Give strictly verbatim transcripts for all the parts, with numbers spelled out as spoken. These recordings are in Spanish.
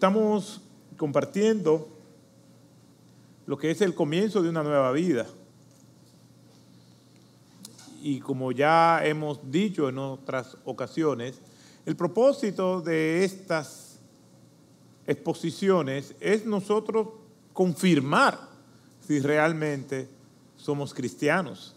estamos compartiendo lo que es el comienzo de una nueva vida. Y como ya hemos dicho en otras ocasiones, el propósito de estas exposiciones es nosotros confirmar si realmente somos cristianos.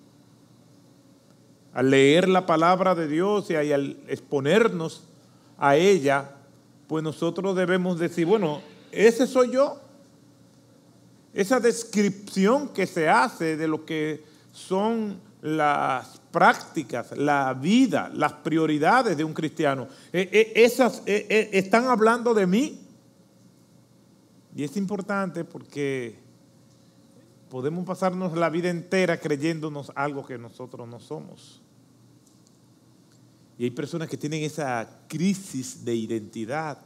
Al leer la palabra de Dios y al exponernos a ella, pues nosotros debemos decir, bueno, ese soy yo. Esa descripción que se hace de lo que son las prácticas, la vida, las prioridades de un cristiano, esas están hablando de mí. Y es importante porque podemos pasarnos la vida entera creyéndonos algo que nosotros no somos. Y hay personas que tienen esa crisis de identidad.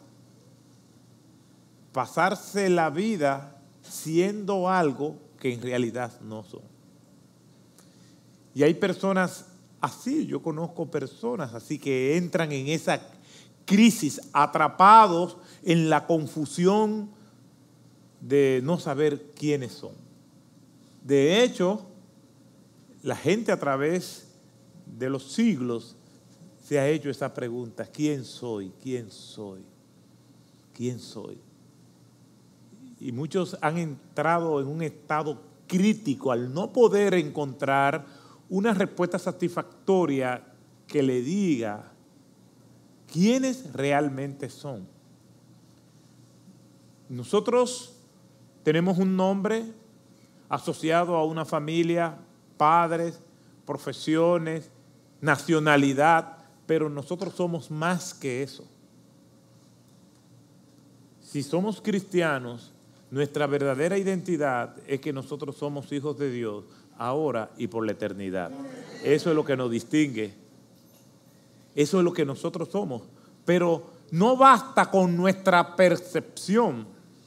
Pasarse la vida siendo algo que en realidad no son. Y hay personas así, yo conozco personas así que entran en esa crisis, atrapados en la confusión de no saber quiénes son. De hecho, la gente a través de los siglos se ha hecho esa pregunta: ¿quién soy? ¿Quién soy? ¿Quién soy? Y muchos han entrado en un estado crítico al no poder encontrar una respuesta satisfactoria que le diga quiénes realmente son. Nosotros tenemos un nombre asociado a una familia, padres, profesiones, nacionalidad, pero nosotros somos más que eso. Si somos cristianos, nuestra verdadera identidad es que nosotros somos hijos de Dios ahora y por la eternidad. Eso es lo que nos distingue. Eso es lo que nosotros somos. Pero no basta con nuestra percepción,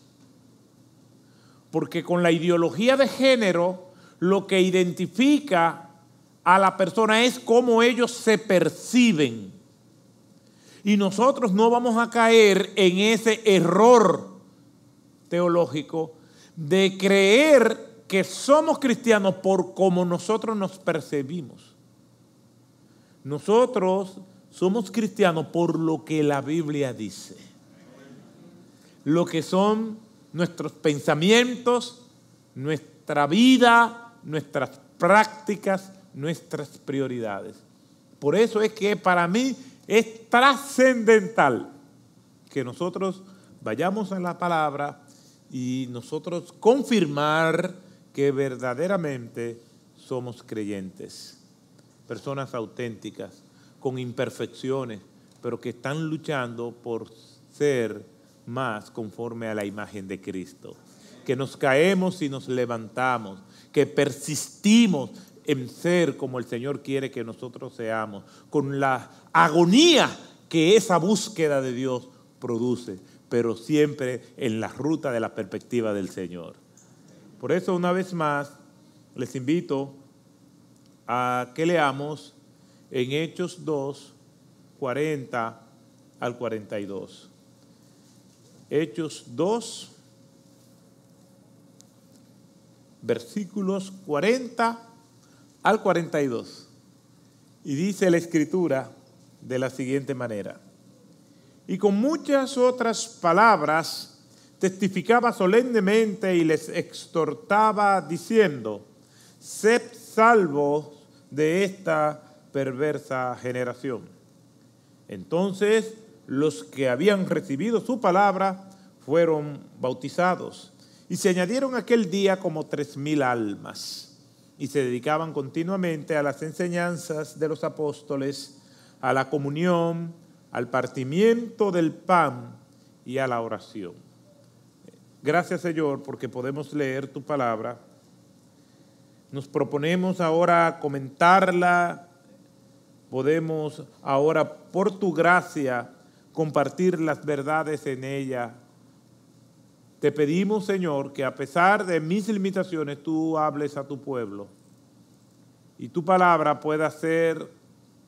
porque con la ideología de género lo que identifica a la persona es cómo ellos se perciben. Y nosotros no vamos a caer en ese error teológico de creer que somos cristianos por cómo nosotros nos percibimos. Nosotros somos cristianos por lo que la Biblia dice. Lo que son nuestros pensamientos, nuestra vida, nuestras prácticas, nuestras prioridades. Por eso es que para mí es trascendental que nosotros vayamos a la palabra y nosotros confirmar que verdaderamente somos creyentes, personas auténticas, con imperfecciones, pero que están luchando por ser más conforme a la imagen de Cristo. Que nos caemos y nos levantamos, que persistimos en ser como el Señor quiere que nosotros seamos, con la agonía que esa búsqueda de Dios produce, pero siempre en la ruta de la perspectiva del Señor. Por eso, una vez más, les invito a que leamos en Hechos dos, cuarenta al cuarenta y dos. Hechos dos, versículos cuarenta al cuarenta y dos. Y dice la Escritura de la siguiente manera: y con muchas otras palabras testificaba solemnemente y les exhortaba diciendo: sed salvos de esta perversa generación. Entonces los que habían recibido su palabra fueron bautizados, y se añadieron aquel día como tres mil almas, y se dedicaban continuamente a las enseñanzas de los apóstoles, a la comunión, al partimiento del pan y a la oración. Gracias, Señor, porque podemos leer tu palabra. Nos proponemos ahora comentarla, podemos ahora, por tu gracia, compartir las verdades en ella. Te pedimos, Señor, que a pesar de mis limitaciones, tú hables a tu pueblo y tu palabra pueda ser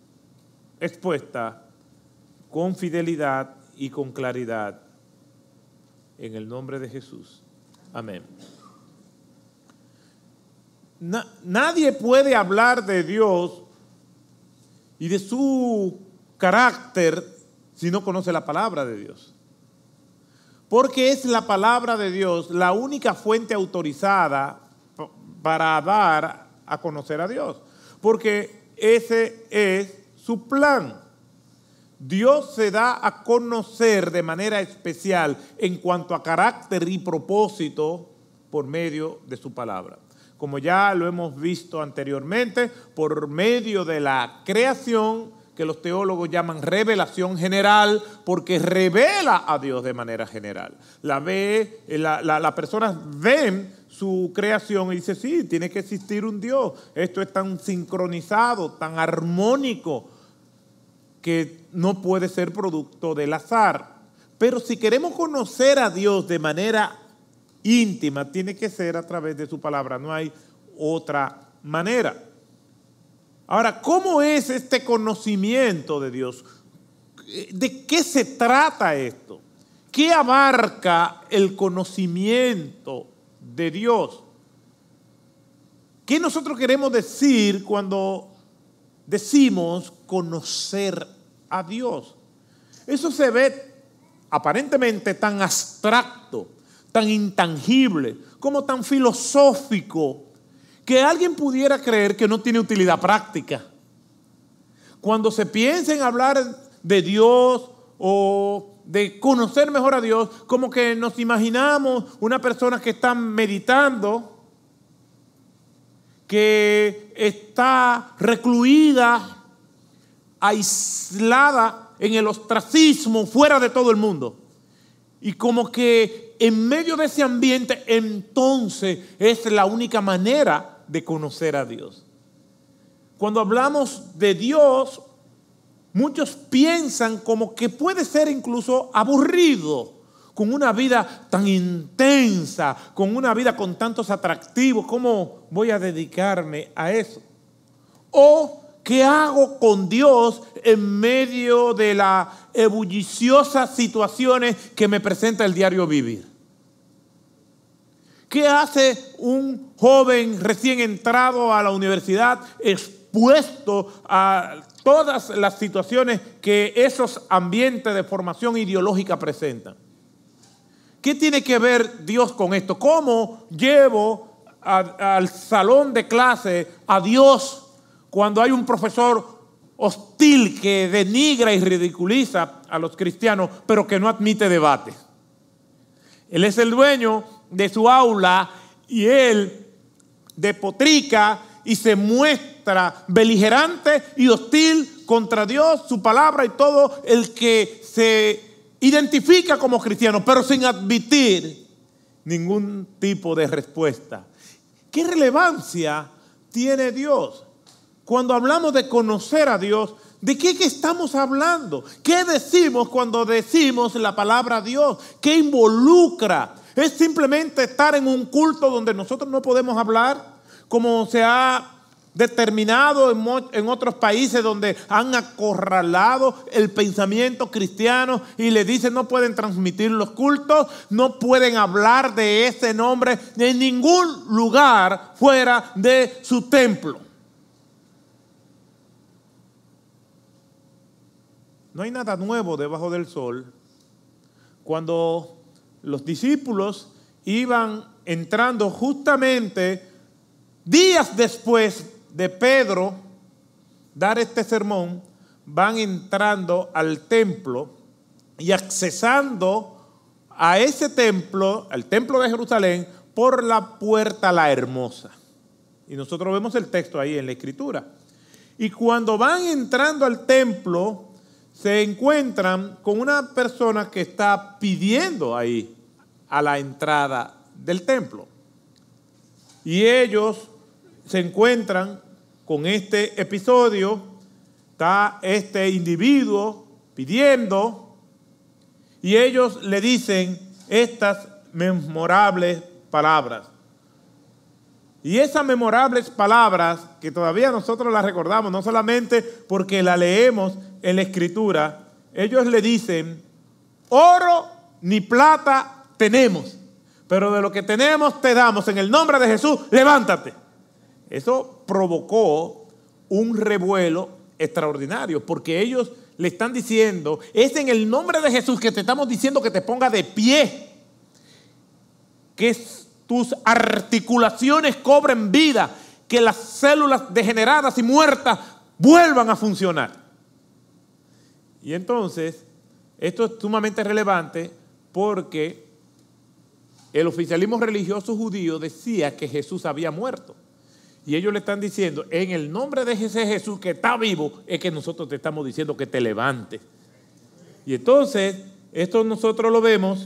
expuesta con fidelidad y con claridad. en el nombre de Jesús. Amén. Na- nadie puede hablar de Dios y de su carácter si no conoce la palabra de Dios. Porque es la palabra de Dios la única fuente autorizada p- para dar a conocer a Dios. Porque ese es su plan. Dios se da a conocer de manera especial en cuanto a carácter y propósito por medio de su palabra. Como ya lo hemos visto anteriormente, por medio de la creación, que los teólogos llaman revelación general, porque revela a Dios de manera general. La ve, la, la, las personas ven su creación y dicen, sí, tiene que existir un Dios. Esto es tan sincronizado, tan armónico, que no puede ser producto del azar. Pero si queremos conocer a Dios de manera íntima, tiene que ser a través de su palabra. No hay otra manera. Ahora, ¿cómo es este conocimiento de Dios? ¿De qué se trata esto? ¿Qué abarca el conocimiento de Dios? ¿Qué nosotros queremos decir cuando decimos conocer a Dios? Eso se ve aparentemente tan abstracto, tan intangible, como tan filosófico, que alguien pudiera creer que no tiene utilidad práctica. Cuando se piensa en hablar de Dios o de conocer mejor a Dios, como que nos imaginamos una persona que está meditando, que está recluida, aislada en el ostracismo, fuera de todo el mundo. Y como que en medio de ese ambiente, entonces es la única manera de conocer a Dios. Cuando hablamos de Dios, muchos piensan como que puede ser incluso aburrido, con una vida tan intensa, con una vida con tantos atractivos. ¿Cómo voy a dedicarme a eso? O ¿qué hago con Dios en medio de las ebulliciosas situaciones que me presenta el diario vivir? ¿Qué hace un joven recién entrado a la universidad expuesto a todas las situaciones que esos ambientes de formación ideológica presentan? ¿Qué tiene que ver Dios con esto? ¿Cómo llevo a, al salón de clase a Dios cuando hay un profesor hostil que denigra y ridiculiza a los cristianos, pero que no admite debate? Él es el dueño de su aula y él despotrica y se muestra beligerante y hostil contra Dios, su palabra y todo el que se identifica como cristiano, pero sin admitir ningún tipo de respuesta. ¿Qué relevancia tiene Dios? Cuando hablamos de conocer a Dios, ¿de qué que estamos hablando? ¿Qué decimos cuando decimos la palabra Dios? ¿Qué involucra? ¿Es simplemente estar en un culto donde nosotros no podemos hablar? Como se ha determinado en, en otros países donde han acorralado el pensamiento cristiano y le dicen no pueden transmitir los cultos, no pueden hablar de ese nombre en ningún lugar fuera de su templo. No hay nada nuevo debajo del sol. Cuando los discípulos iban entrando justamente días después de Pedro dar este sermón, van entrando al templo y accesando a ese templo, al templo de Jerusalén, por la puerta la hermosa. Y nosotros vemos el texto ahí en la escritura. Y cuando van entrando al templo, se encuentran con una persona que está pidiendo ahí a la entrada del templo. Y ellos se encuentran con este episodio. Está este individuo pidiendo y ellos le dicen estas memorables palabras. Y esas memorables palabras que todavía nosotros las recordamos, no solamente porque las leemos en la Escritura, ellos le dicen, oro ni plata tenemos. Pero de lo que tenemos te damos. En el nombre de Jesús, levántate. Eso provocó un revuelo extraordinario, porque ellos le están diciendo, es en el nombre de Jesús que te estamos diciendo que te ponga de pie, que tus articulaciones cobren vida, que las células degeneradas y muertas vuelvan a funcionar. Y entonces, esto es sumamente relevante porque el oficialismo religioso judío decía que Jesús había muerto. Y ellos le están diciendo, en el nombre de ese Jesús que está vivo, es que nosotros te estamos diciendo que te levantes. Y entonces, esto nosotros lo vemos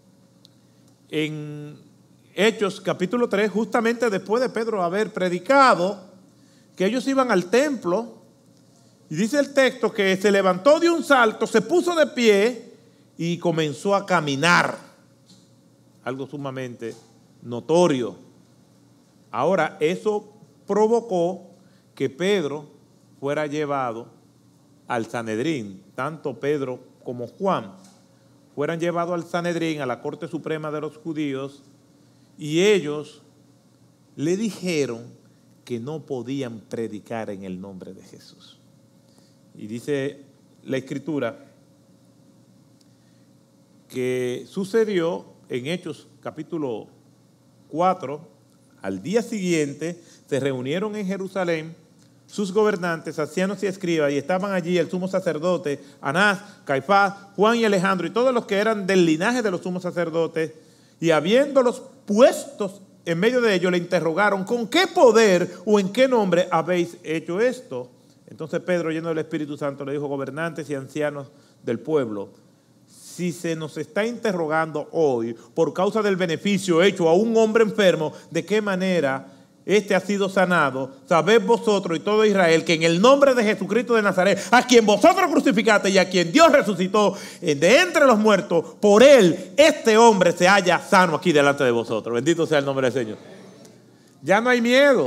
en Hechos capítulo tres, justamente después de Pedro haber predicado, que ellos iban al templo, y dice el texto que se levantó de un salto, se puso de pie y comenzó a caminar. Algo sumamente notorio. Ahora, eso provocó que Pedro fuera llevado al Sanedrín. Tanto Pedro como Juan fueran llevados al Sanedrín, a la Corte Suprema de los Judíos, y ellos le dijeron que no podían predicar en el nombre de Jesús. Y dice la Escritura que sucedió en Hechos capítulo cuatro, al día siguiente se reunieron en Jerusalén sus gobernantes, ancianos y escribas, y estaban allí el sumo sacerdote, Anás, Caifás, Juan y Alejandro, y todos los que eran del linaje de los sumos sacerdotes, y habiéndolos puestos en medio de ellos, le interrogaron, ¿con qué poder o en qué nombre habéis hecho esto? Entonces Pedro, lleno del Espíritu Santo, le dijo, gobernantes y ancianos del pueblo, si se nos está interrogando hoy por causa del beneficio hecho a un hombre enfermo, ¿de qué manera este ha sido sanado? Sabed vosotros y todo Israel que en el nombre de Jesucristo de Nazaret, a quien vosotros crucificaste y a quien Dios resucitó de entre los muertos, por él este hombre se halla sano aquí delante de vosotros. Bendito sea el nombre del Señor. Ya no hay miedo.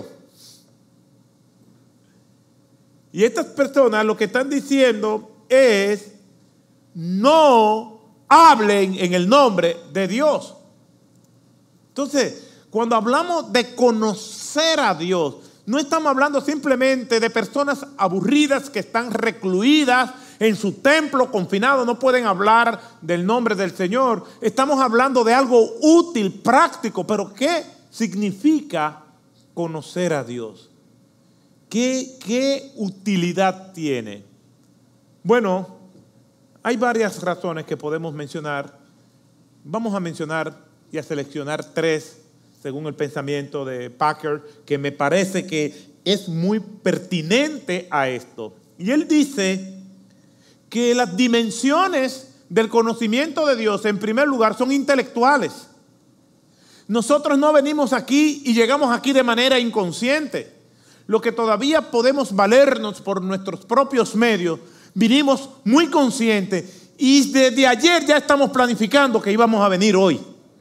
Y estas personas lo que están diciendo es, no hablen en el nombre de Dios. Entonces, cuando hablamos de conocer a Dios, no estamos hablando simplemente de personas aburridas que están recluidas en su templo, confinados, no pueden hablar del nombre del Señor. Estamos hablando de algo útil, práctico, pero ¿qué significa conocer a Dios? ¿Qué, qué utilidad tiene? Bueno, hay varias razones que podemos mencionar. Vamos a mencionar y a seleccionar tres, según el pensamiento de Packer, que me parece que es muy pertinente a esto. Y él dice que las dimensiones del conocimiento de Dios, en primer lugar, son intelectuales. Nosotros no venimos aquí y llegamos aquí de manera inconsciente. Lo que todavía podemos valernos por nuestros propios medios, vinimos muy conscientes y desde ayer ya estamos planificando que íbamos a venir hoy.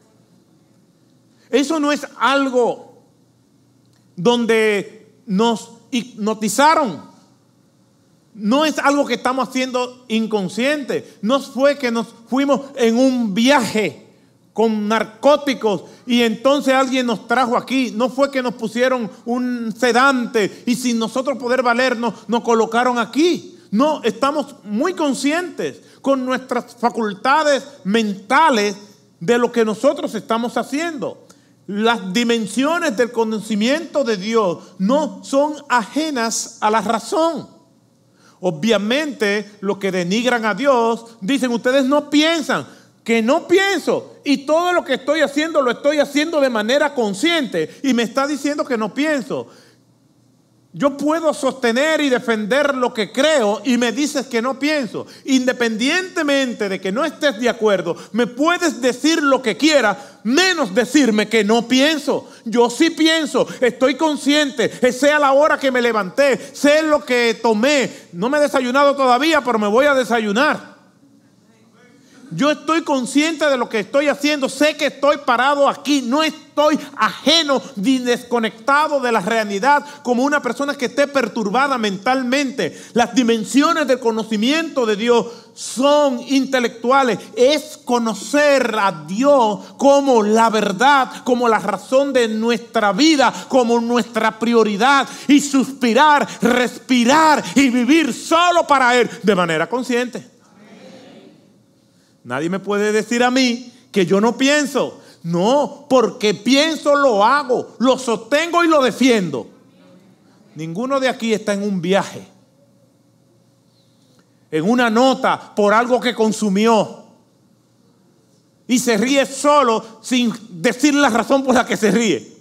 Eso no es algo donde nos hipnotizaron. No es algo que estamos haciendo inconsciente. No fue que nos fuimos en un viaje con narcóticos y entonces alguien nos trajo aquí. No fue que nos pusieron un sedante y sin nosotros poder valernos nos colocaron aquí. No, estamos muy conscientes con nuestras facultades mentales de lo que nosotros estamos haciendo. Las dimensiones del conocimiento de Dios no son ajenas a la razón. Obviamente, los que denigran a Dios dicen, ustedes no piensan, que no pienso, y todo lo que estoy haciendo lo estoy haciendo de manera consciente, y me está diciendo que no pienso. Yo puedo sostener y defender lo que creo y me dices que no pienso. Independientemente de que no estés de acuerdo, me puedes decir lo que quieras, menos decirme que no pienso. Yo sí pienso, estoy consciente, sé a la hora que me levanté, sé lo que tomé. No me he desayunado todavía, pero me voy a desayunar. Yo estoy consciente de lo que estoy haciendo, sé que estoy parado aquí, no estoy ajeno ni desconectado de la realidad como una persona que esté perturbada mentalmente. Las dimensiones del conocimiento de Dios son intelectuales. Es conocer a Dios como la verdad, como la razón de nuestra vida, como nuestra prioridad, y suspirar, respirar y vivir solo para Él de manera consciente. Amén. Nadie me puede decir a mí que yo no pienso. No, porque pienso lo hago, lo sostengo y lo defiendo. Ninguno de aquí está en un viaje, en una nota por algo que consumió y se ríe solo sin decir la razón por la que se ríe.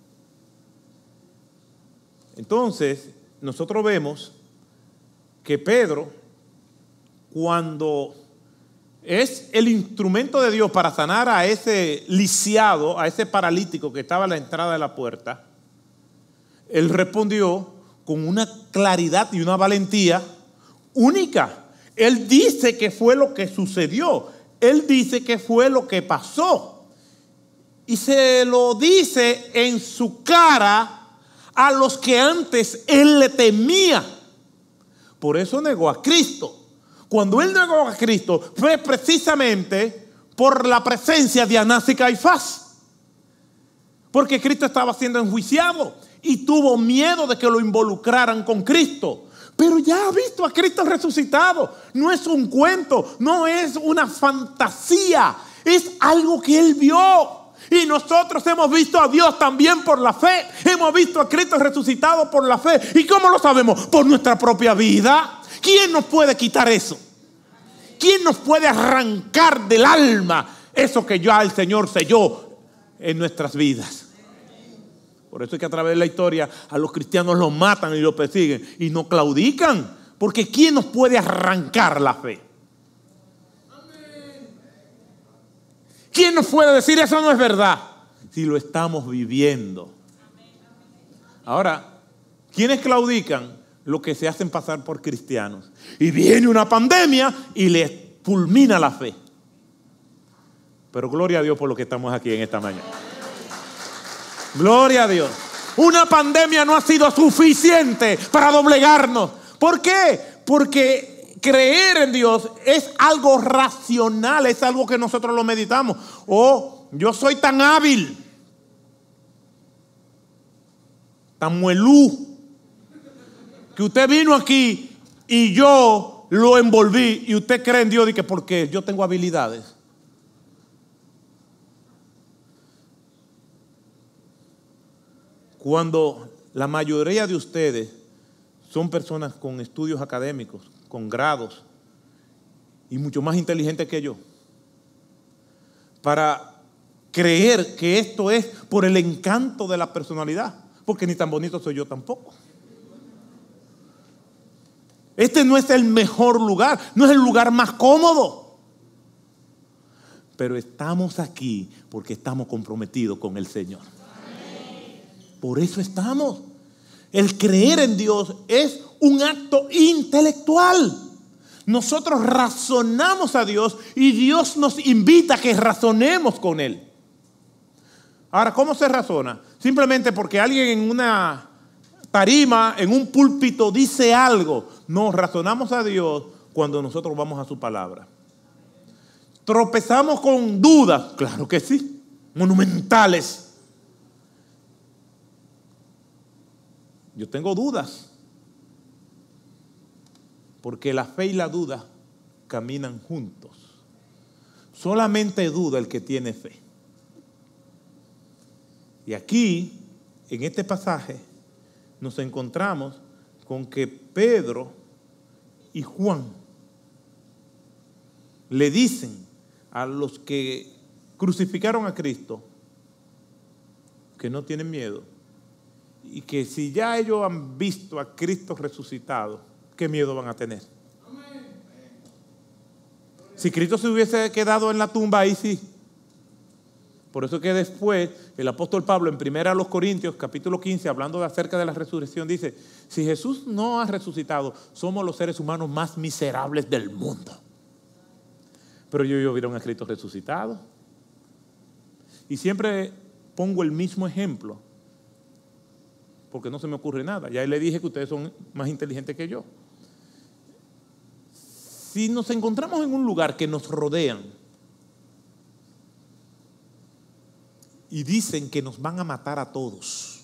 Entonces, nosotros vemos que Pedro, cuando es el instrumento de Dios para sanar a ese lisiado, a ese paralítico que estaba a la entrada de la puerta, él respondió con una claridad y una valentía única. Él dice que fue lo que sucedió. Él dice que fue lo que pasó. Y se lo dice en su cara a los que antes él le temía. Por eso negó a Cristo. Cuando él negó a Cristo fue precisamente por la presencia de Anás y Caifás. Porque Cristo estaba siendo enjuiciado y tuvo miedo de que lo involucraran con Cristo. Pero ya ha visto a Cristo resucitado. No es un cuento, no es una fantasía, es algo que él vio. Y nosotros hemos visto a Dios también por la fe. Hemos visto a Cristo resucitado por la fe. ¿Y cómo lo sabemos? Por nuestra propia vida. ¿Quién nos puede quitar eso? ¿Quién nos puede arrancar del alma eso que ya el Señor selló en nuestras vidas? Por eso es que a través de la historia a los cristianos los matan y los persiguen y no claudican. Porque ¿quién nos puede arrancar la fe? ¿Quién nos puede decir eso no es verdad? Si lo estamos viviendo. Ahora, ¿quiénes claudican? Los que se hacen pasar por cristianos. Y viene una pandemia y les fulmina la fe. Pero gloria a Dios por lo que estamos aquí en esta mañana. Gloria a Dios. Una pandemia no ha sido suficiente para doblegarnos. ¿Por qué? Porque creer en Dios es algo racional, es algo que nosotros lo meditamos. Oh, yo soy tan hábil, tan muelú, que usted vino aquí y yo lo envolví y usted cree en Dios y que porque yo tengo habilidades. Cuando la mayoría de ustedes son personas con estudios académicos, con grados y mucho más inteligentes que yo, para creer que esto es por el encanto de la personalidad, porque ni tan bonito soy yo tampoco. Este no es el mejor lugar, no es el lugar más cómodo. Pero estamos aquí porque estamos comprometidos con el Señor. Por eso estamos. El creer en Dios es un acto intelectual. Nosotros razonamos a Dios y Dios nos invita a que razonemos con Él. Ahora, ¿cómo se razona? Simplemente porque alguien en una tarima, en un púlpito dice algo. No, razonamos a Dios cuando nosotros vamos a su palabra. ¿Tropezamos con dudas? Claro que sí, monumentales. Yo tengo dudas, porque la fe y la duda caminan juntos. Solamente duda el que tiene fe. Y aquí, en este pasaje, nos encontramos con que Pedro y Juan le dicen a los que crucificaron a Cristo que no tienen miedo y que si ya ellos han visto a Cristo resucitado, ¿qué miedo van a tener? Si Cristo se hubiese quedado en la tumba, ahí sí. Por eso que después el apóstol Pablo en primera a los Corintios, capítulo quince, hablando de acerca de la resurrección, dice, si Jesús no ha resucitado, somos los seres humanos más miserables del mundo. Pero ellos vieron a Cristo resucitado. Y siempre pongo el mismo ejemplo, porque no se me ocurre nada. Ya le dije que ustedes son más inteligentes que yo. si nos encontramos en un lugar que nos rodean y dicen que nos van a matar a todos,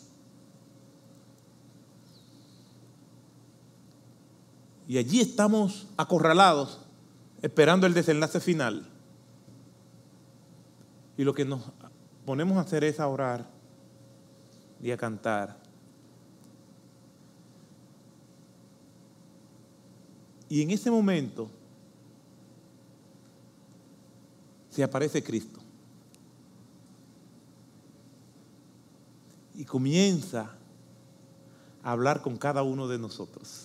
y allí estamos acorralados esperando el desenlace final, y lo que nos ponemos a hacer es a orar y a cantar, y en ese momento se aparece Cristo y comienza a hablar con cada uno de nosotros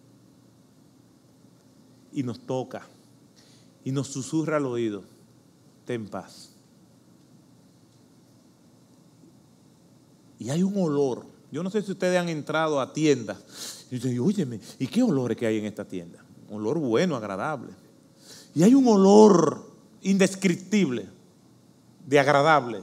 y nos toca y nos susurra al oído: ten paz. Y hay un olor. Yo no sé si ustedes han entrado a tiendas y dicen: óyeme, ¿y qué olores que hay en esta tienda? Un olor bueno, agradable. Y hay un olor indescriptible de agradable.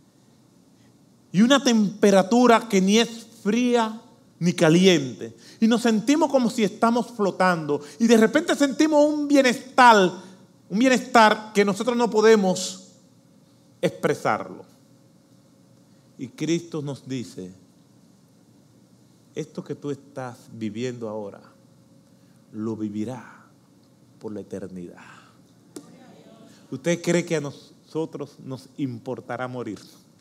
Y una temperatura que ni es fría ni caliente. Y nos sentimos como si estamos flotando. Y de repente sentimos un bienestar, un bienestar que nosotros no podemos expresarlo. Y Cristo nos dice: esto que tú estás viviendo ahora, lo vivirá por la eternidad. ¿Usted cree que a nosotros nos importará morir?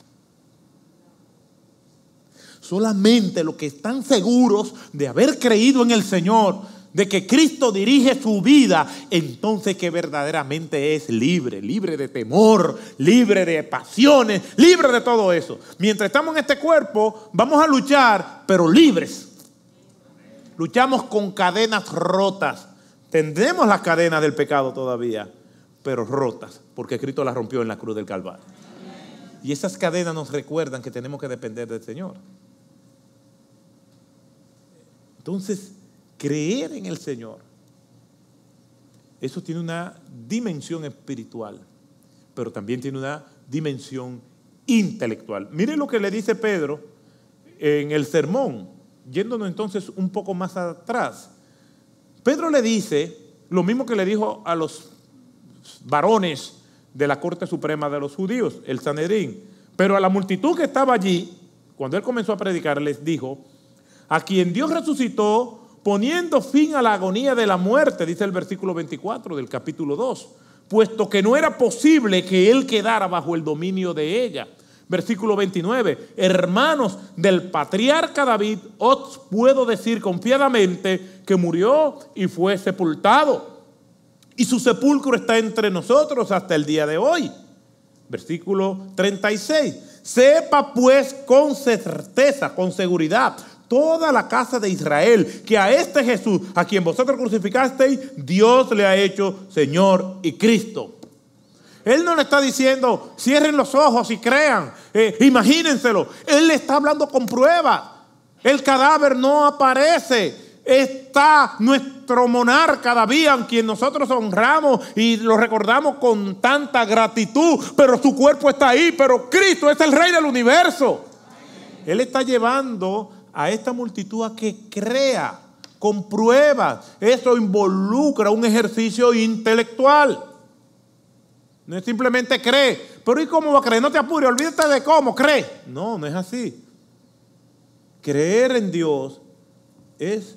Solamente los que están seguros de haber creído en el Señor, de que Cristo dirige su vida, entonces que verdaderamente es libre, libre de temor, libre de pasiones, libre de todo eso. Mientras estamos en este cuerpo, vamos a luchar, pero libres. Luchamos con cadenas rotas. Tendremos las cadenas del pecado todavía, pero rotas, porque Cristo las rompió en la cruz del Calvario. Y esas cadenas nos recuerdan que tenemos que depender del Señor. Entonces, creer en el Señor, eso tiene una dimensión espiritual, pero también tiene una dimensión intelectual. Mire lo que le dice Pedro en el sermón, yéndonos entonces un poco más atrás. Pedro le dice lo mismo que le dijo a los varones de la Corte Suprema de los Judíos, el Sanedrín. Pero a la multitud que estaba allí, cuando él comenzó a predicar, les dijo: a quien Dios resucitó, poniendo fin a la agonía de la muerte, dice el versículo veinticuatro del capítulo dos, puesto que no era posible que él quedara bajo el dominio de ella. Versículo veintinueve, hermanos del patriarca David, os puedo decir confiadamente que murió y fue sepultado, y su sepulcro está entre nosotros hasta el día de hoy. Versículo treinta y seis, sepa pues con certeza, con seguridad, toda la casa de Israel, que a este Jesús, a quien vosotros crucificasteis, Dios le ha hecho Señor y Cristo. Él no le está diciendo: cierren los ojos y crean, eh, imagínenselo. Él le está hablando con pruebas. El cadáver no aparece. Está nuestro monarca David, a quien nosotros honramos y lo recordamos con tanta gratitud, pero su cuerpo está ahí. Pero Cristo es el Rey del universo. Él está llevando a esta multitud a que crea con pruebas. Eso involucra un ejercicio intelectual. No es simplemente cree. Pero ¿y cómo va a creer? No te apures, olvídate de cómo cree. No, no es así. Creer en Dios es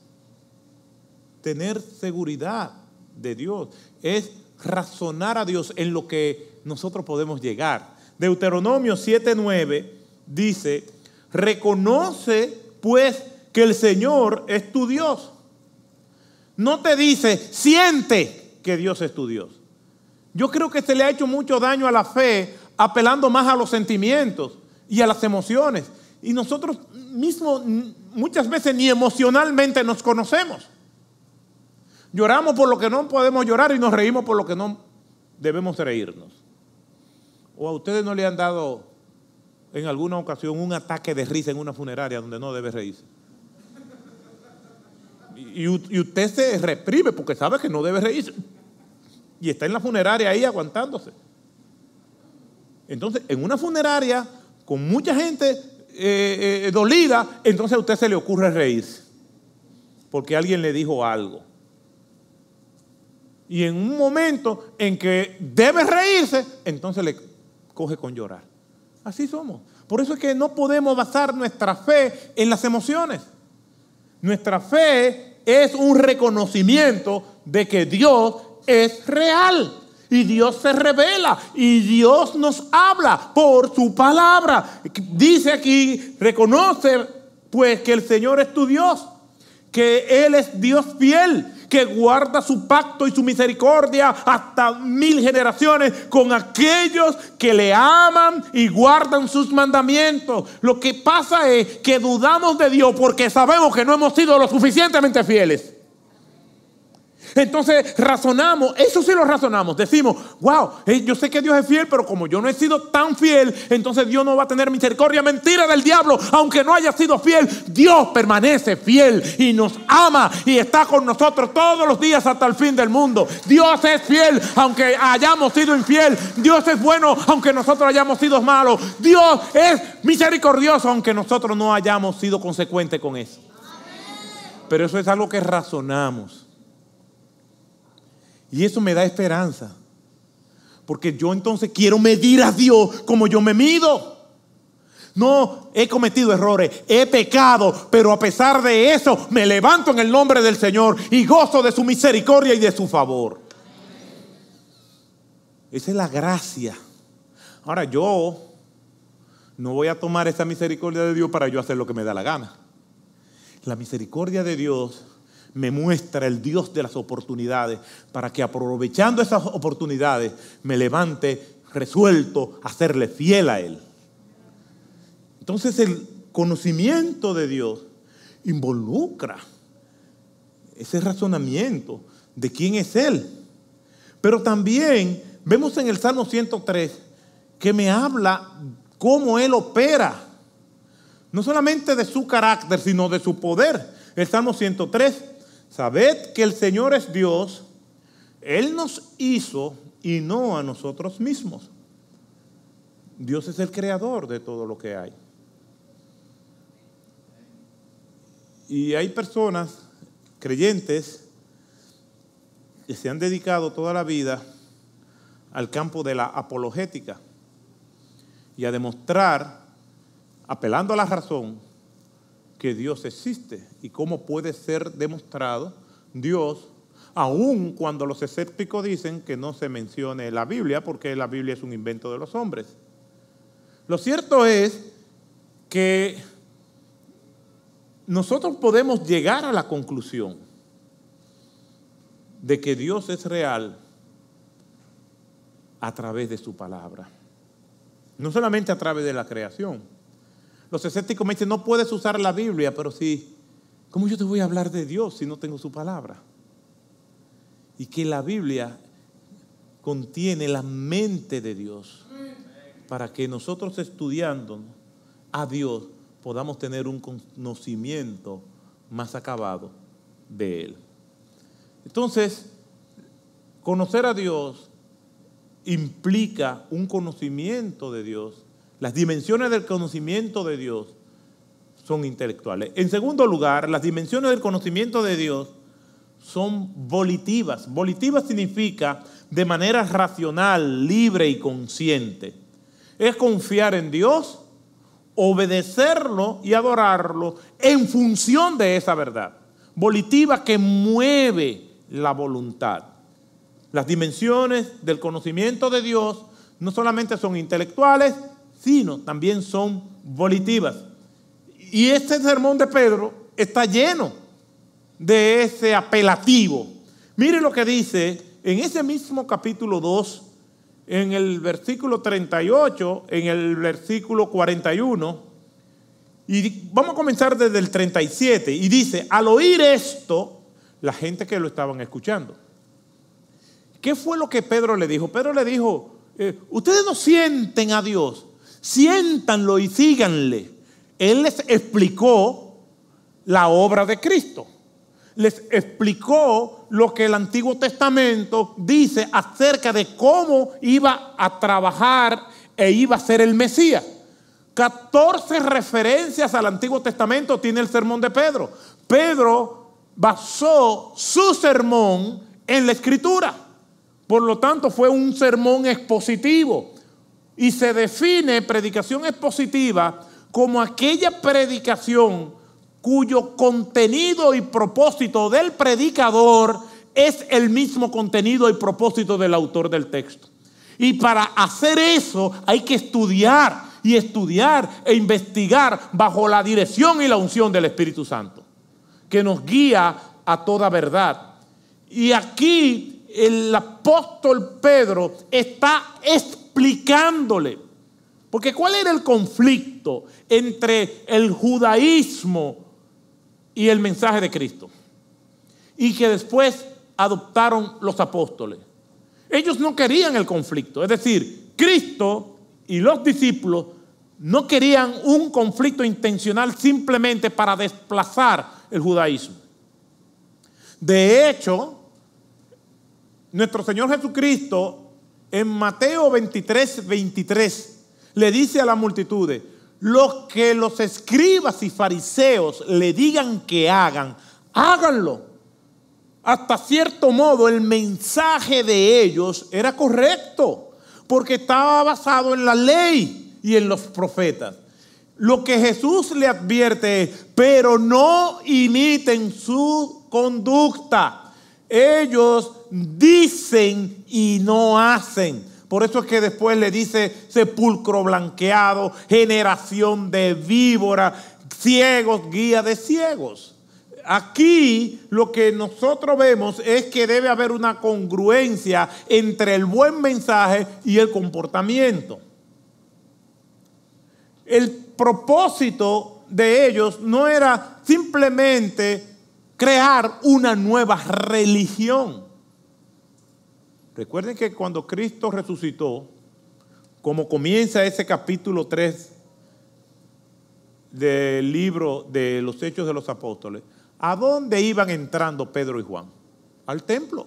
tener seguridad de Dios. Es razonar a Dios en lo que nosotros podemos llegar. Deuteronomio siete nueve dice: reconoce pues que el Señor es tu Dios. No te dice: siente que Dios es tu Dios. Yo creo que se le ha hecho mucho daño a la fe apelando más a los sentimientos y a las emociones. Y nosotros mismos muchas veces ni emocionalmente nos conocemos. Lloramos por lo que no podemos llorar y nos reímos por lo que no debemos reírnos. ¿O a ustedes no le han dado en alguna ocasión un ataque de risa en una funeraria donde no debe reírse? Y, y usted se reprime porque sabe que no debe reírse. Y está en la funeraria ahí aguantándose. Entonces, en una funeraria con mucha gente eh, eh, dolida, entonces a usted se le ocurre reírse porque alguien le dijo algo. Y en un momento en que debe reírse, entonces le coge con llorar. Así somos. Por eso es que no podemos basar nuestra fe en las emociones. Nuestra fe es un reconocimiento de que Dios es real. Y Dios se revela y Dios nos habla por su palabra. Dice aquí, reconoce pues que el Señor es tu Dios, que Él es Dios fiel, que guarda su pacto y su misericordia hasta mil generaciones con aquellos que le aman y guardan sus mandamientos. Lo que pasa es que dudamos de Dios porque sabemos que no hemos sido lo suficientemente fieles. Entonces razonamos, eso sí lo razonamos, decimos, wow, yo sé que Dios es fiel, pero como yo no he sido tan fiel, entonces Dios no va a tener misericordia. Mentira del diablo, aunque no haya sido fiel, Dios permanece fiel y nos ama y está con nosotros todos los días hasta el fin del mundo. Dios es fiel aunque hayamos sido infiel, Dios es bueno aunque nosotros hayamos sido malos, Dios es misericordioso aunque nosotros no hayamos sido consecuentes con eso. Pero eso es algo que razonamos. Y eso me da esperanza. Porque yo entonces quiero medir a Dios como yo me mido. No, he cometido errores, he pecado, pero a pesar de eso me levanto en el nombre del Señor y gozo de su misericordia y de su favor. Esa es la gracia. Ahora yo no voy a tomar esa misericordia de Dios para yo hacer lo que me da la gana. La misericordia de Dios me muestra el Dios de las oportunidades para que aprovechando esas oportunidades me levante resuelto a serle fiel a Él. Entonces el conocimiento de Dios involucra ese razonamiento de quién es Él. Pero también vemos en el Salmo ciento tres que me habla cómo Él opera. No solamente de su carácter, sino de su poder. El Salmo ciento tres, sabed que el Señor es Dios, Él nos hizo y no a nosotros mismos. Dios es el creador de todo lo que hay. Y hay personas, creyentes, que se han dedicado toda la vida al campo de la apologética y a demostrar, apelando a la razón, que Dios existe y cómo puede ser demostrado Dios, aun cuando los escépticos dicen que no se mencione la Biblia porque la Biblia es un invento de los hombres. Lo cierto es que nosotros podemos llegar a la conclusión de que Dios es real a través de su palabra, no solamente a través de la creación. Los escépticos me dicen, no puedes usar la Biblia, pero sí, ¿cómo yo te voy a hablar de Dios si no tengo su palabra? Y que la Biblia contiene la mente de Dios para que nosotros estudiando a Dios podamos tener un conocimiento más acabado de Él. Entonces, conocer a Dios implica un conocimiento de Dios. Las dimensiones del conocimiento de Dios son intelectuales. En segundo lugar, las dimensiones del conocimiento de Dios son volitivas. Volitivas significa de manera racional, libre y consciente. Es confiar en Dios, obedecerlo y adorarlo en función de esa verdad. Volitiva que mueve la voluntad. Las dimensiones del conocimiento de Dios no solamente son intelectuales, sino también son volitivas. Y este sermón de Pedro está lleno de ese apelativo. Mire lo que dice en ese mismo capítulo dos, en el versículo treinta y ocho, en el versículo cuarenta y uno, y vamos a comenzar desde el treinta y siete, y dice, al oír esto, la gente que lo estaban escuchando, ¿qué fue lo que Pedro le dijo? Pedro le dijo, eh, ustedes no sienten a Dios, siéntanlo y síganle. Él les explicó la obra de Cristo. Les explicó lo que el Antiguo Testamento dice acerca de cómo iba a trabajar e iba a ser el Mesías. catorce referencias al Antiguo Testamento tiene el sermón de Pedro. Pedro basó su sermón en la Escritura. Por lo tanto, fue un sermón expositivo. Y se define predicación expositiva como aquella predicación cuyo contenido y propósito del predicador es el mismo contenido y propósito del autor del texto. Y para hacer eso hay que estudiar y estudiar e investigar bajo la dirección y la unción del Espíritu Santo, que nos guía a toda verdad. Y aquí el apóstol Pedro está explicándole, porque ¿cuál era el conflicto entre el judaísmo y el mensaje de Cristo? Y que después adoptaron los apóstoles. Ellos no querían el conflicto, es decir, Cristo y los discípulos no querían un conflicto intencional simplemente para desplazar el judaísmo. De hecho, nuestro Señor Jesucristo en Mateo veintitrés, veintitrés le dice a la multitud: lo que los escribas y fariseos le digan que hagan, háganlo. Hasta cierto modo el mensaje de ellos era correcto, porque estaba basado en la ley y en los profetas. Lo que Jesús le advierte es: pero no imiten su conducta. Ellos dicen y no hacen. Por eso es que después le dice sepulcro blanqueado, generación de víbora, ciegos, guía de ciegos. Aquí lo que nosotros vemos es que debe haber una congruencia entre el buen mensaje y el comportamiento. El propósito de ellos no era simplemente crear una nueva religión. Recuerden que cuando Cristo resucitó, como comienza ese capítulo tres del libro de los Hechos de los Apóstoles, ¿a dónde iban entrando Pedro y Juan? Al templo.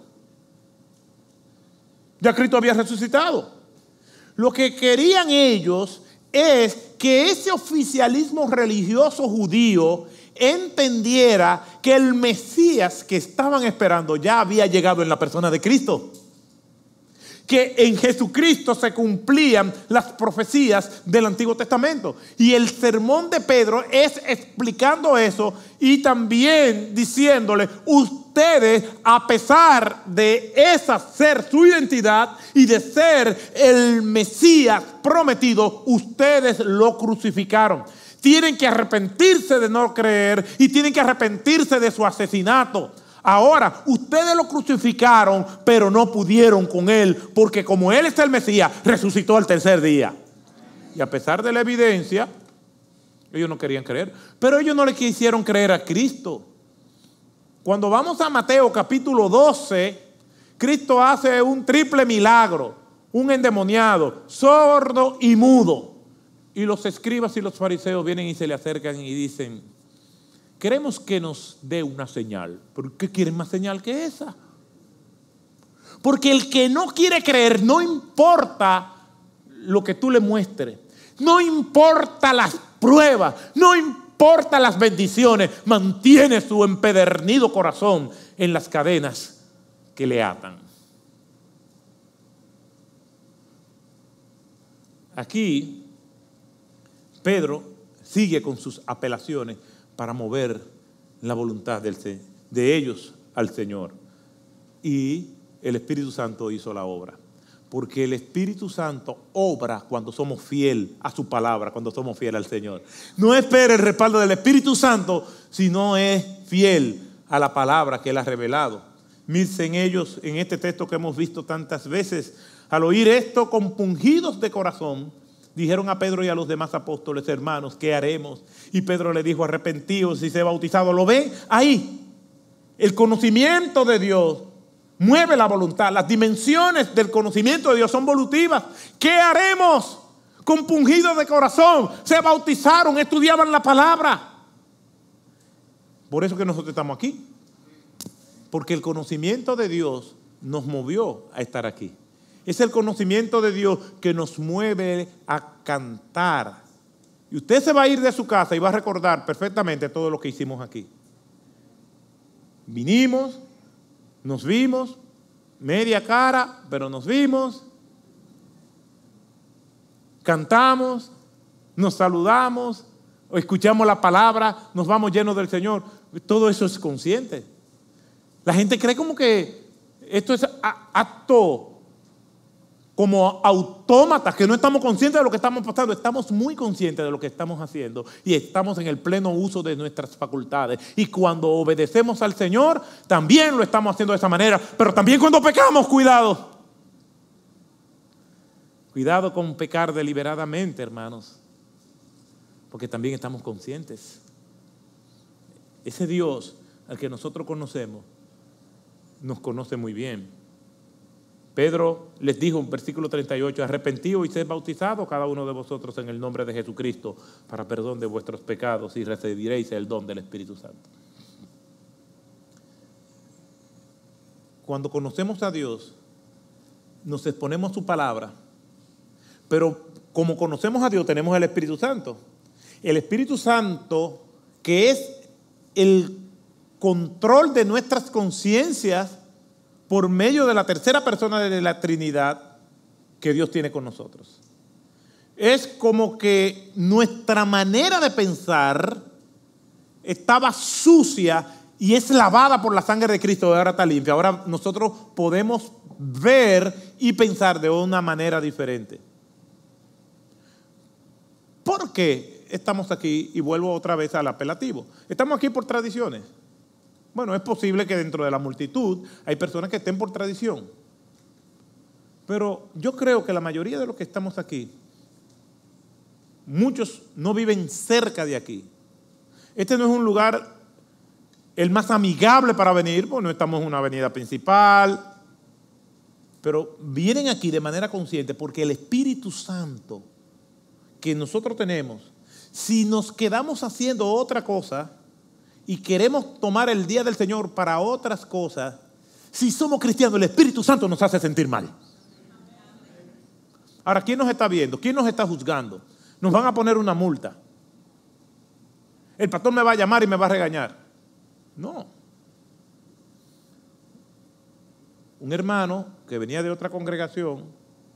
Ya Cristo había resucitado. Lo que querían ellos es que ese oficialismo religioso judío entendiera que el Mesías que estaban esperando ya había llegado en la persona de Cristo. Que en Jesucristo se cumplían las profecías del Antiguo Testamento. Y el sermón de Pedro es explicando eso y también diciéndole: ustedes, a pesar de esa ser su identidad y de ser el Mesías prometido, ustedes lo crucificaron. Tienen que arrepentirse de no creer y tienen que arrepentirse de su asesinato. Ahora, ustedes lo crucificaron, pero no pudieron con él, porque como él es el Mesías, resucitó al tercer día. Y a pesar de la evidencia, ellos no querían creer. Pero ellos no le quisieron creer a Cristo. Cuando vamos a Mateo capítulo doce, Cristo hace un triple milagro. Un endemoniado, sordo y mudo. Y los escribas y los fariseos vienen y se le acercan y dicen: queremos que nos dé una señal. ¿Por qué quieren más señal que esa? Porque el que no quiere creer, no importa lo que tú le muestres, no importa las pruebas, no importa las bendiciones, mantiene su empedernido corazón en las cadenas que le atan. Aquí Pedro sigue con sus apelaciones para mover la voluntad del, de ellos al Señor. Y el Espíritu Santo hizo la obra. Porque el Espíritu Santo obra cuando somos fieles a su palabra, cuando somos fieles al Señor. No espere el respaldo del Espíritu Santo si no es fiel a la palabra que Él ha revelado. Miren ellos en este texto que hemos visto tantas veces. Al oír esto, compungidos de corazón, dijeron a Pedro y a los demás apóstoles: hermanos, ¿qué haremos? Y Pedro le dijo: arrepentidos y sé bautizados. ¿Lo ven? Ahí, el conocimiento de Dios mueve la voluntad. Las dimensiones del conocimiento de Dios son volutivas. ¿Qué haremos? Compungidos de corazón, se bautizaron, estudiaban la palabra. Por eso que nosotros estamos aquí. Porque el conocimiento de Dios nos movió a estar aquí. Es el conocimiento de Dios que nos mueve a cantar. Y usted se va a ir de su casa y va a recordar perfectamente todo lo que hicimos aquí. Vinimos, nos vimos, media cara, pero nos vimos, cantamos, nos saludamos, o escuchamos la palabra, nos vamos llenos del Señor. Todo eso es consciente. La gente cree como que esto es acto como autómatas, que no estamos conscientes de lo que estamos pasando. Estamos muy conscientes de lo que estamos haciendo y estamos en el pleno uso de nuestras facultades. Y cuando obedecemos al Señor, también lo estamos haciendo de esa manera. Pero también cuando pecamos, cuidado. Cuidado con pecar deliberadamente, hermanos, porque también estamos conscientes. Ese Dios al que nosotros conocemos, nos conoce muy bien. Pedro les dijo en versículo treinta y ocho, arrepentíos y sed bautizados cada uno de vosotros en el nombre de Jesucristo para perdón de vuestros pecados y recibiréis el don del Espíritu Santo. Cuando conocemos a Dios, nos exponemos a su palabra, pero como conocemos a Dios, tenemos el Espíritu Santo. El Espíritu Santo, que es el control de nuestras conciencias por medio de la tercera persona de la Trinidad que Dios tiene con nosotros. Es como que nuestra manera de pensar estaba sucia y es lavada por la sangre de Cristo y ahora está limpia. Ahora nosotros podemos ver y pensar de una manera diferente. ¿Por qué estamos aquí? Y vuelvo otra vez al apelativo. Estamos aquí por tradiciones. Bueno, es posible que dentro de la multitud hay personas que estén por tradición. Pero yo creo que la mayoría de los que estamos aquí, muchos no viven cerca de aquí. Este no es un lugar el más amigable para venir, porque no estamos en una avenida principal. Pero vienen aquí de manera consciente porque el Espíritu Santo que nosotros tenemos, si nos quedamos haciendo otra cosa y queremos tomar el día del Señor para otras cosas, si somos cristianos, el Espíritu Santo nos hace sentir mal. Ahora, ¿quién nos está viendo? ¿Quién nos está juzgando? Nos van a poner una multa. El pastor me va a llamar y me va a regañar. No. Un hermano que venía de otra congregación,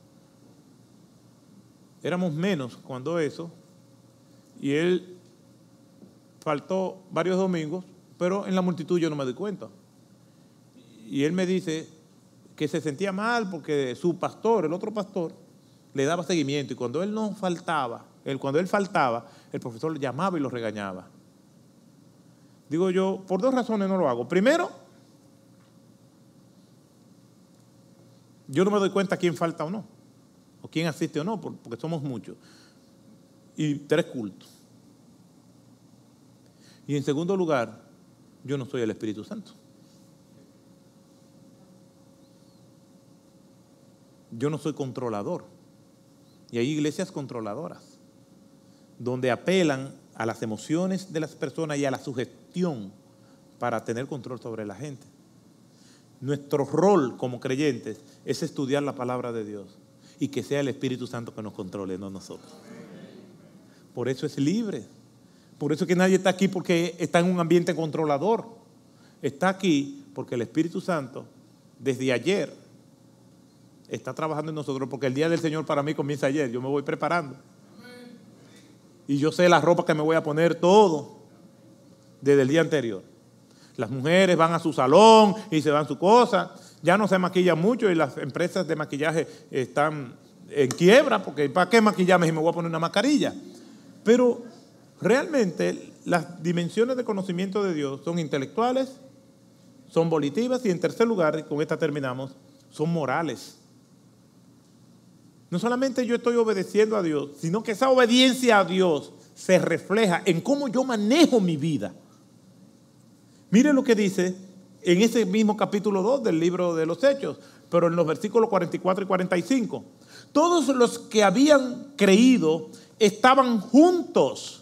éramos menos cuando eso, y él faltó varios domingos, pero en la multitud yo no me doy cuenta. Y él me dice que se sentía mal porque su pastor, el otro pastor, le daba seguimiento. Y cuando él no faltaba, él, cuando él faltaba, el profesor le llamaba y lo regañaba. Digo yo, por dos razones no lo hago. Primero, yo no me doy cuenta quién falta o no, o quién asiste o no, porque somos muchos. Y tres cultos. Y en segundo lugar, yo no soy el Espíritu Santo. Yo no soy controlador. Y hay iglesias controladoras, donde apelan a las emociones de las personas y a la sugestión para tener control sobre la gente. Nuestro rol como creyentes es estudiar la palabra de Dios y que sea el Espíritu Santo que nos controle, no nosotros. Por eso es libre. Por eso es que nadie está aquí porque está en un ambiente controlador. Está aquí porque el Espíritu Santo, desde ayer, está trabajando en nosotros, porque el día del Señor para mí comienza ayer. Yo me voy preparando. Y yo sé la ropa que me voy a poner, todo, desde el día anterior. Las mujeres van a su salón y se dan su cosa. Ya no se maquillan mucho y las empresas de maquillaje están en quiebra, porque ¿para qué maquillarme si me voy a poner una mascarilla? Pero realmente las dimensiones de conocimiento de Dios son intelectuales, son volitivas y en tercer lugar, y con esta terminamos, son morales. No solamente yo estoy obedeciendo a Dios, sino que esa obediencia a Dios se refleja en cómo yo manejo mi vida. Mire lo que dice en ese mismo capítulo dos del libro de los Hechos, pero en los versículos cuarenta y cuatro y cuarenta y cinco. Todos los que habían creído estaban juntos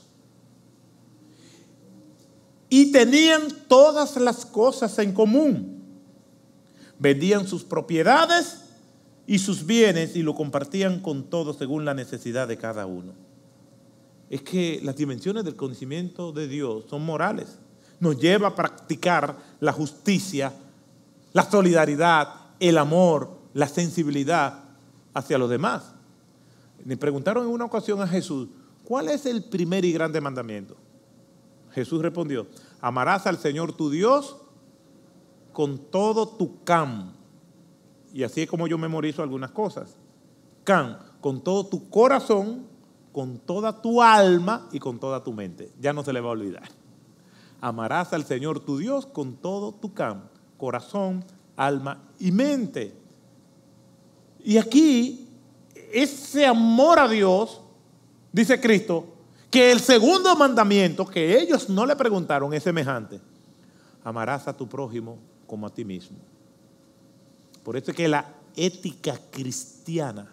y tenían todas las cosas en común. Vendían sus propiedades y sus bienes y lo compartían con todos según la necesidad de cada uno. Es que las dimensiones del conocimiento de Dios son morales. Nos lleva a practicar la justicia, la solidaridad el amor, la sensibilidad hacia los demás. Le preguntaron en una ocasión a Jesús, ¿cuál es el primer y grande mandamiento? Jesús respondió, amarás al Señor tu Dios con todo tu can. Y así es como yo memorizo algunas cosas. Can, con todo tu corazón, con toda tu alma y con toda tu mente. Ya no se le va a olvidar. Amarás al Señor tu Dios con todo tu can, corazón, alma y mente. Y aquí, ese amor a Dios, dice Cristo, que el segundo mandamiento que ellos no le preguntaron es semejante. Amarás a tu prójimo como a ti mismo. Por eso es que la ética cristiana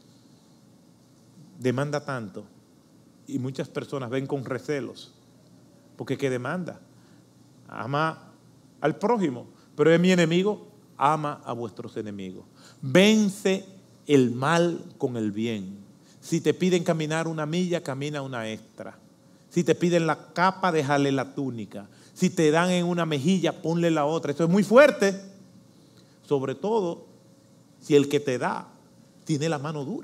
demanda tanto y muchas personas ven con recelos. Porque ¿qué demanda? Ama al prójimo, pero es mi enemigo, ama a vuestros enemigos. Vence el mal con el bien. Si te piden caminar una milla, camina una extra. Si te piden la capa, déjale la túnica. Si te dan en una mejilla, ponle la otra. Eso es muy fuerte. Sobre todo, si el que te da tiene la mano dura.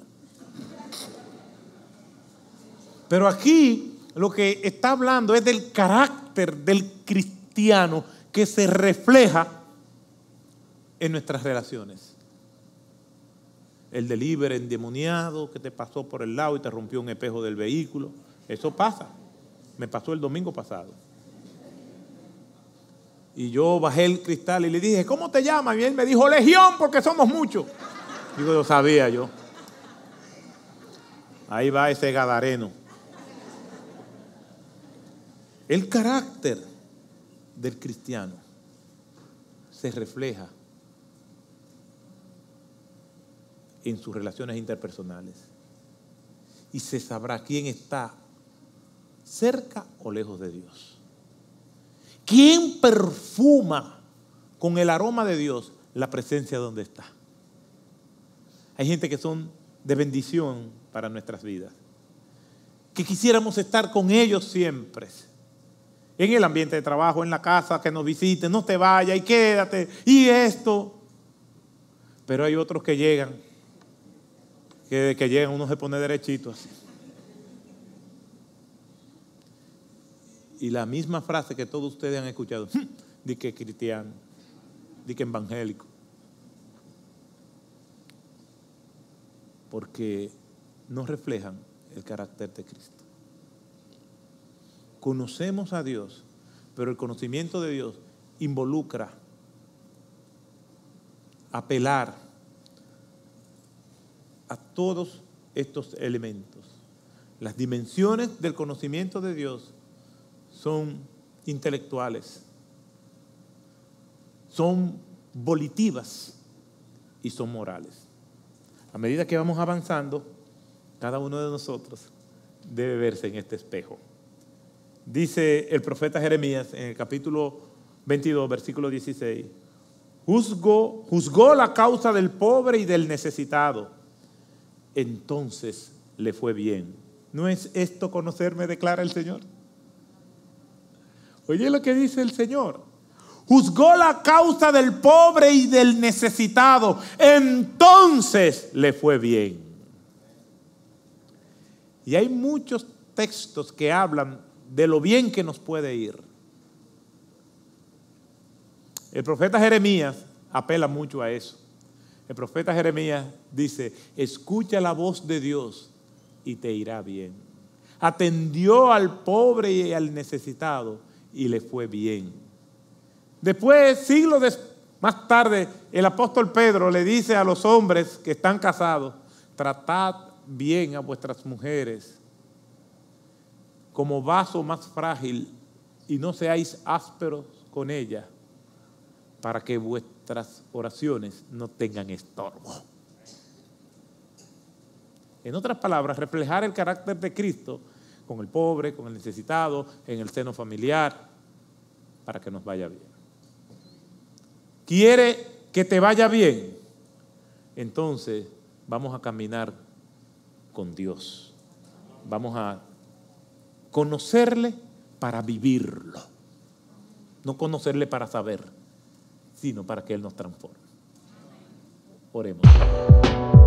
Pero aquí lo que está hablando es del carácter del cristiano que se refleja en nuestras relaciones. El delivery endemoniado que te pasó por el lado y te rompió un espejo del vehículo. Eso pasa. Me pasó el domingo pasado. Y yo bajé el cristal y le dije, ¿cómo te llamas? Y él me dijo, Legión, porque somos muchos. Digo, lo sabía yo. Ahí va ese gadareno. El carácter del cristiano se refleja en sus relaciones interpersonales y se sabrá quién está cerca o lejos de Dios. ¿Quién perfuma con el aroma de Dios la presencia donde está? Hay gente que son de bendición para nuestras vidas, que quisiéramos estar con ellos siempre, en el ambiente de trabajo, en la casa, que nos visiten, no te vayas y quédate, y esto. Pero hay otros que llegan, que desde que llegan uno se pone derechito así. Y la misma frase que todos ustedes han escuchado, di que cristiano, di que evangélico. Porque no reflejan el carácter de Cristo. Conocemos a Dios, pero el conocimiento de Dios involucra apelar a todos estos elementos. Las dimensiones del conocimiento de Dios son intelectuales, son volitivas y son morales. A medida que vamos avanzando, cada uno de nosotros debe verse en este espejo. Dice el profeta Jeremías en el capítulo veintidós, versículo dieciséis, juzgó, juzgó la causa del pobre y del necesitado, entonces le fue bien. ¿No es esto conocerme, declara el Señor? Oye lo que dice el Señor. Juzgó la causa del pobre y del necesitado, entonces le fue bien. Y hay muchos textos que hablan de lo bien que nos puede ir. El profeta Jeremías apela mucho a eso. El profeta Jeremías dice, escucha la voz de Dios y te irá bien. Atendió al pobre y al necesitado y le fue bien. Después, siglos de, más tarde, el apóstol Pedro le dice a los hombres que están casados, tratad bien a vuestras mujeres como vaso más frágil y no seáis ásperos con ellas para que vuestras oraciones no tengan estorbo. En otras palabras, reflejar el carácter de Cristo con el pobre, con el necesitado, en el seno familiar, para que nos vaya bien. ¿Quiere que te vaya bien? Entonces vamos a caminar con Dios. Vamos a conocerle para vivirlo. No conocerle para saber, sino para que Él nos transforme. Oremos.